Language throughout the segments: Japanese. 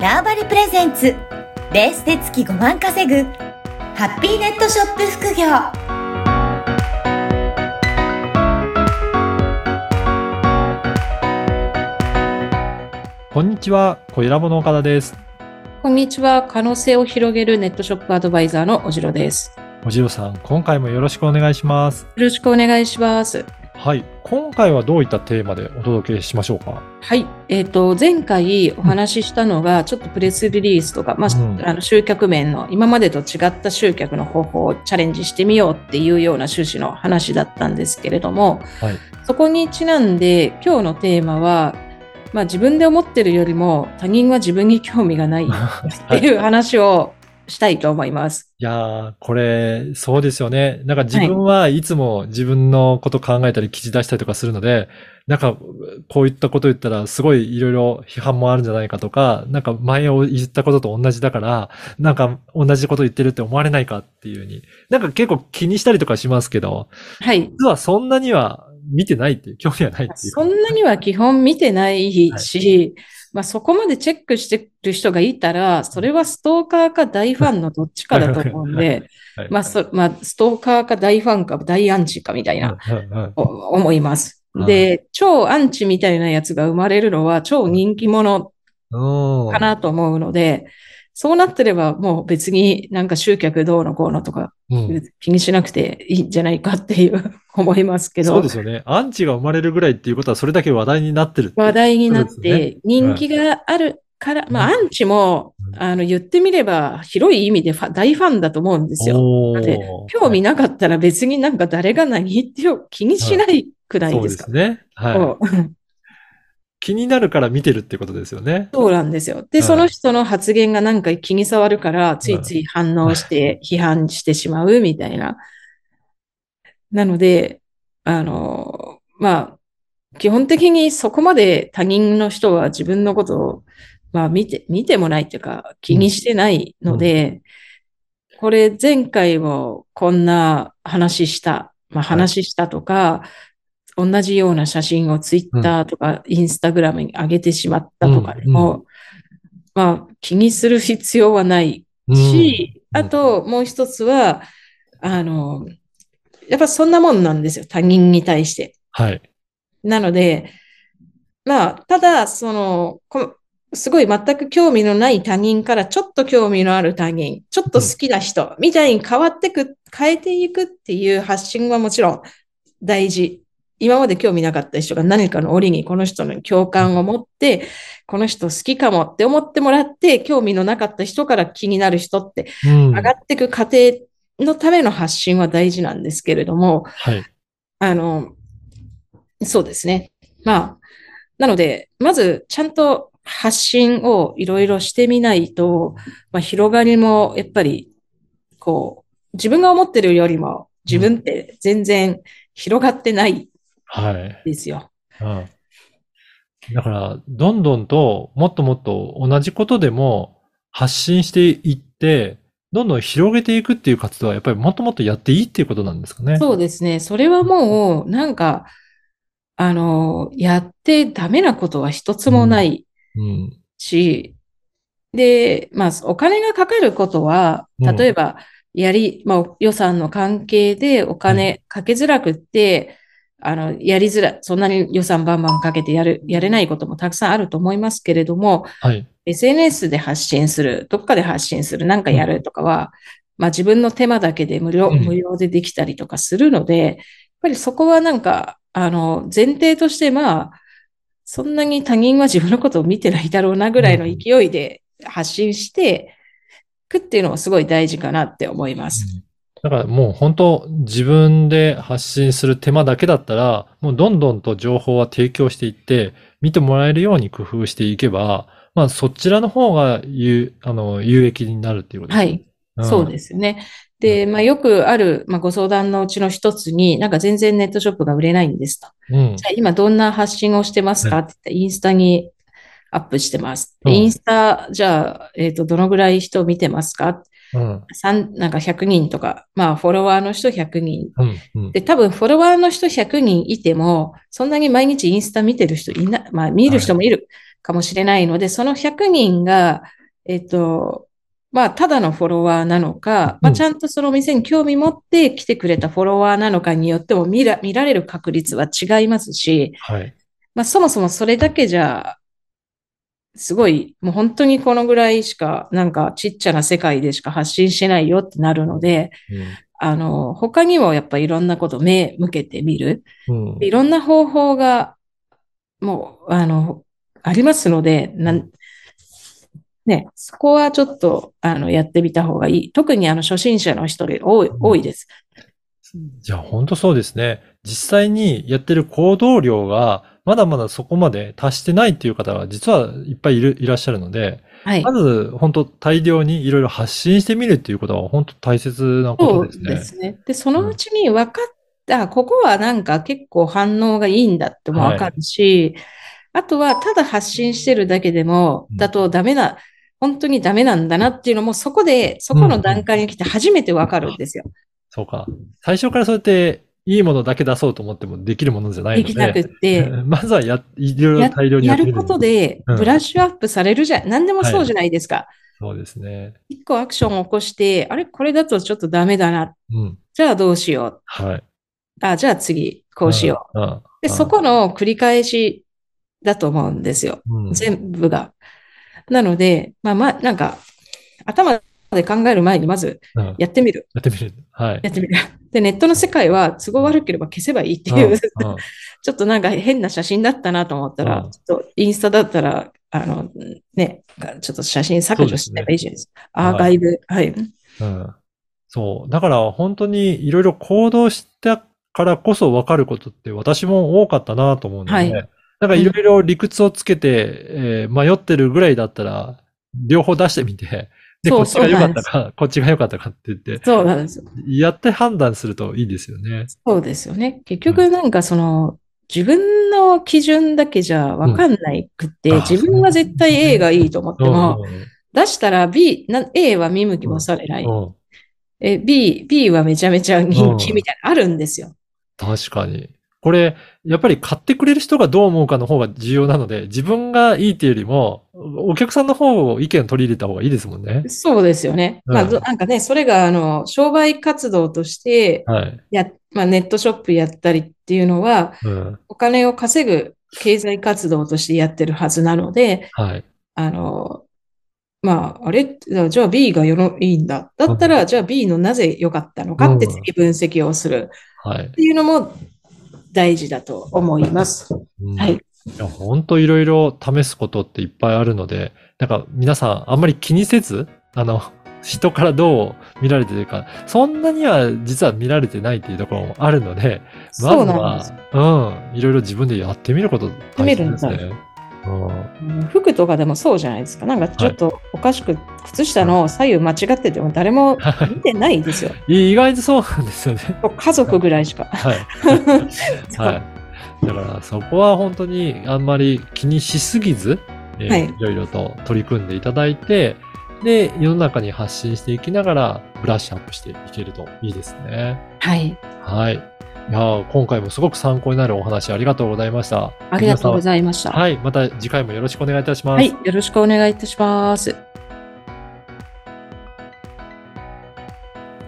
ターバリプレゼンツベースで月5万稼ぐハッピーネットショップ副業。 こんにちは、小ラボの岡田です。 こんにちは、可能性を広げるネットショップアドバイザーのおじろです。 おじろさん、今回もよろしくお願いします。 よろしくお願いします。 はい、今回はどういったテーマでお届けしましょうか。 はい、前回お話ししたのが、ちょっとプレスリリースとか、集客面の今までと違った集客の方法をチャレンジしてみようっていうような趣旨の話だったんですけれども、 はい、 そこにちなんで今日のテーマは、自分で思ってるよりも他人は自分に興味がないっていう話をしたいと思います。 いやー、これ、そうですよね。なんか自分はいつも自分のこと考えたり記事出したりとかするので、なんかこういったこと言ったらすごいいろいろ批判もあるんじゃないかとか、なんか前を言ったことと同じだから、なんか同じこと言ってるって思われないかっていう風に、なんか結構気にしたりとかしますけど、 はい。 実はそんなには見てないっていう、興味はないっていう。 そんなには基本見てないし、そこまでチェックしてる人がいたら、それはストーカーか大ファンのどっちかだと思うんで、ストーカーか大ファンか大アンチかみたいな、思います。で、超アンチみたいなやつが生まれるのは超人気者かなと思うので、そうなってればもう別になんか集客どうのこうのとか気にしなくていいんじゃないかっていう思いますけど。 そうですよね。アンチが生まれるぐらいっていうことはそれだけ話題になってるっていう、 話題になって人気があるから、アンチも言ってみれば広い意味で大ファンだと思うんですよ。で興味なかったら別になんか誰が何言ってよ気にしないくらいですか。 そうですね。はい。気になるから見てるってことですよね。 そうなんですよ。で、その人の発言がなんか気に障るから、ついつい反応して批判してしまうみたいな。なので、基本的にそこまで他人の人は自分のことを、見てもないっていうか気にしてないので、これ前回もこんな話した、話したとか、同じような写真をツイッターとかインスタグラムに上げてしまったとかでも、気にする必要はないし、あともう一つは、やっぱそんなもんなんですよ、他人に対して。 はい。 なので、ただ、すごい全く興味のない他人からちょっと興味のある他人、ちょっと好きな人みたいに変えていくっていう発信はもちろん大事。今まで興味なかった人が何かの折にこの人の共感を持って、この人好きかもって思ってもらって、興味のなかった人から気になる人って上がっていく過程のための発信は大事なんですけれども、そうですね。なので、まずちゃんと発信をいろいろしてみないと、広がりもやっぱり、自分が思ってるよりも自分って全然広がってないですよ。 だから、どんどんともっともっと同じことでも発信していって、どんどん広げていくっていう活動はやっぱりもっともっとやっていいっていうことなんですかね。 そうですね。それはもう、なんか、やってダメなことは一つもないし、で、お金がかかることは、例えば、予算の関係でお金かけづらくって、やりづらい、そんなに予算バンバンかけてやれないこともたくさんあると思いますけれども、SNS で発信する、どっかで発信する、なんかやるとかは、自分の手間だけで無料でできたりとかするので、やっぱりそこはなんか、前提として、そんなに他人は自分のことを見てないだろうなぐらいの勢いで発信していくっていうのもすごい大事かなって思います。 だからもう本当自分で発信する手間だけだったら、もうどんどんと情報は提供していって、見てもらえるように工夫していけば、そちらの方が有益になるっていうことですね。 はい。そうですね。で、よくある、ご相談のうちの一つに、なんか全然ネットショップが売れないんですと。じゃあ今どんな発信をしてますかって言ったら、インスタにアップしてます。インスタ、じゃあ、どのぐらい人見てますかなんか100人とか、まあフォロワーの人100人。 うん。 で、多分フォロワーの人100人いても、そんなに毎日インスタ見てる人まあ見る人もいるかもしれないので、その100人が、まあただのフォロワーなのか、まあちゃんとその店に興味持って来てくれたフォロワーなのかによっても見られる確率は違いますし、 はい。 まあそもそもそれだけじゃ、すごい、もう本当にこのぐらいしか、なんかちっちゃな世界でしか発信してないよってなるので、他にもやっぱいろんなこと目向けてみる。いろんな方法が、もう、ありますので、ね、そこはちょっと、やってみた方がいい。特に初心者の人で多いです。 じゃあ本当そうですね。実際にやってる行動量が、まだまだそこまで達してないっていう方が実はいっぱいいらっしゃるので、 はい。 まず本当大量にいろいろ発信してみるっていうことは本当大切なことですね。 そうですね。で、そのうちに分かった、ここはなんか結構反応がいいんだっても分かるし、あとはただ発信してるだけでも、だと本当にダメなんだなっていうのもそこの段階に来て初めて分かるんですよ。 そうか。最初からそうやっていいものだけ出そうと思ってもできるものじゃないので。 できなくって、 まずはいろいろ大量にやることでブラッシュアップされる何でもそうじゃないですか。 そうですね。 一個アクションを起こして、これだとちょっとダメだな。じゃあどうしよう。 はい。 じゃあ次、こうしよう。で、そこの繰り返しだと思うんですよ。全部が。なので、なんか、頭で考える前にまずやってみる。 やってみる。はい。 やってみる。で、ネットの世界は都合悪ければ消せばいいっていう、ちょっとなんか変な写真だったなと思ったら、ちょっとインスタだったら、ね、ちょっと写真削除してもいいじゃないですか。アーカイブ。はい。 そう。だから本当にいろいろ行動したからこそ分かることって私も多かったなと思うので、なんかいろいろ理屈をつけて、迷ってるぐらいだったら、両方出してみて、で、こっちが良かったか、こっちが良かったかって言って、 そうなんですよ。 やって判断するといいですよね。 そうですよね。結局なんか自分の基準だけじゃ分かんないくって、自分は絶対 A がいいと思っても、出したら A は見向きもされない。B はめちゃめちゃ人気みたいなのあるんですよ。 確かに。これ、やっぱり買ってくれる人がどう思うかの方が重要なので、自分がいいっていうよりも、お客さんの方を意見を取り入れた方がいいですもんね。 そうですよね。なんかね、それが商売活動として、ネットショップやったりっていうのは、お金を稼ぐ経済活動としてやってるはずなので、じゃあ B がいいんだ。だったら、じゃあ B のなぜ良かったのかって次分析をする。っていうのも大事だと思います。はい。 いや、本当いろいろ試すことっていっぱいあるので、なんか皆さんあんまり気にせず、人からどう見られてるか、そんなには実は見られてないっていうところもあるので、まずは、いろいろ自分でやってみること大切ですね。 服とかでもそうじゃないですか。なんかちょっとおかしく、靴下の左右間違ってても誰も見てないですよ。 意外とそうなんですよね。 家族ぐらいしか。 はい。だからそこは本当にあんまり気にしすぎず、いろいろと取り組んでいただいて、で、世の中に発信していきながらブラッシュアップしていけるといいですね。 はい。 はい。いや、今回もすごく参考になるお話ありがとうございました。 ありがとうございました。 はい。また次回もよろしくお願いいたします。 はい。よろしくお願いいたします。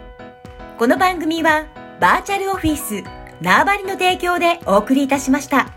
この番組はバーチャルオフィス縄張りの提供でお送りいたしました。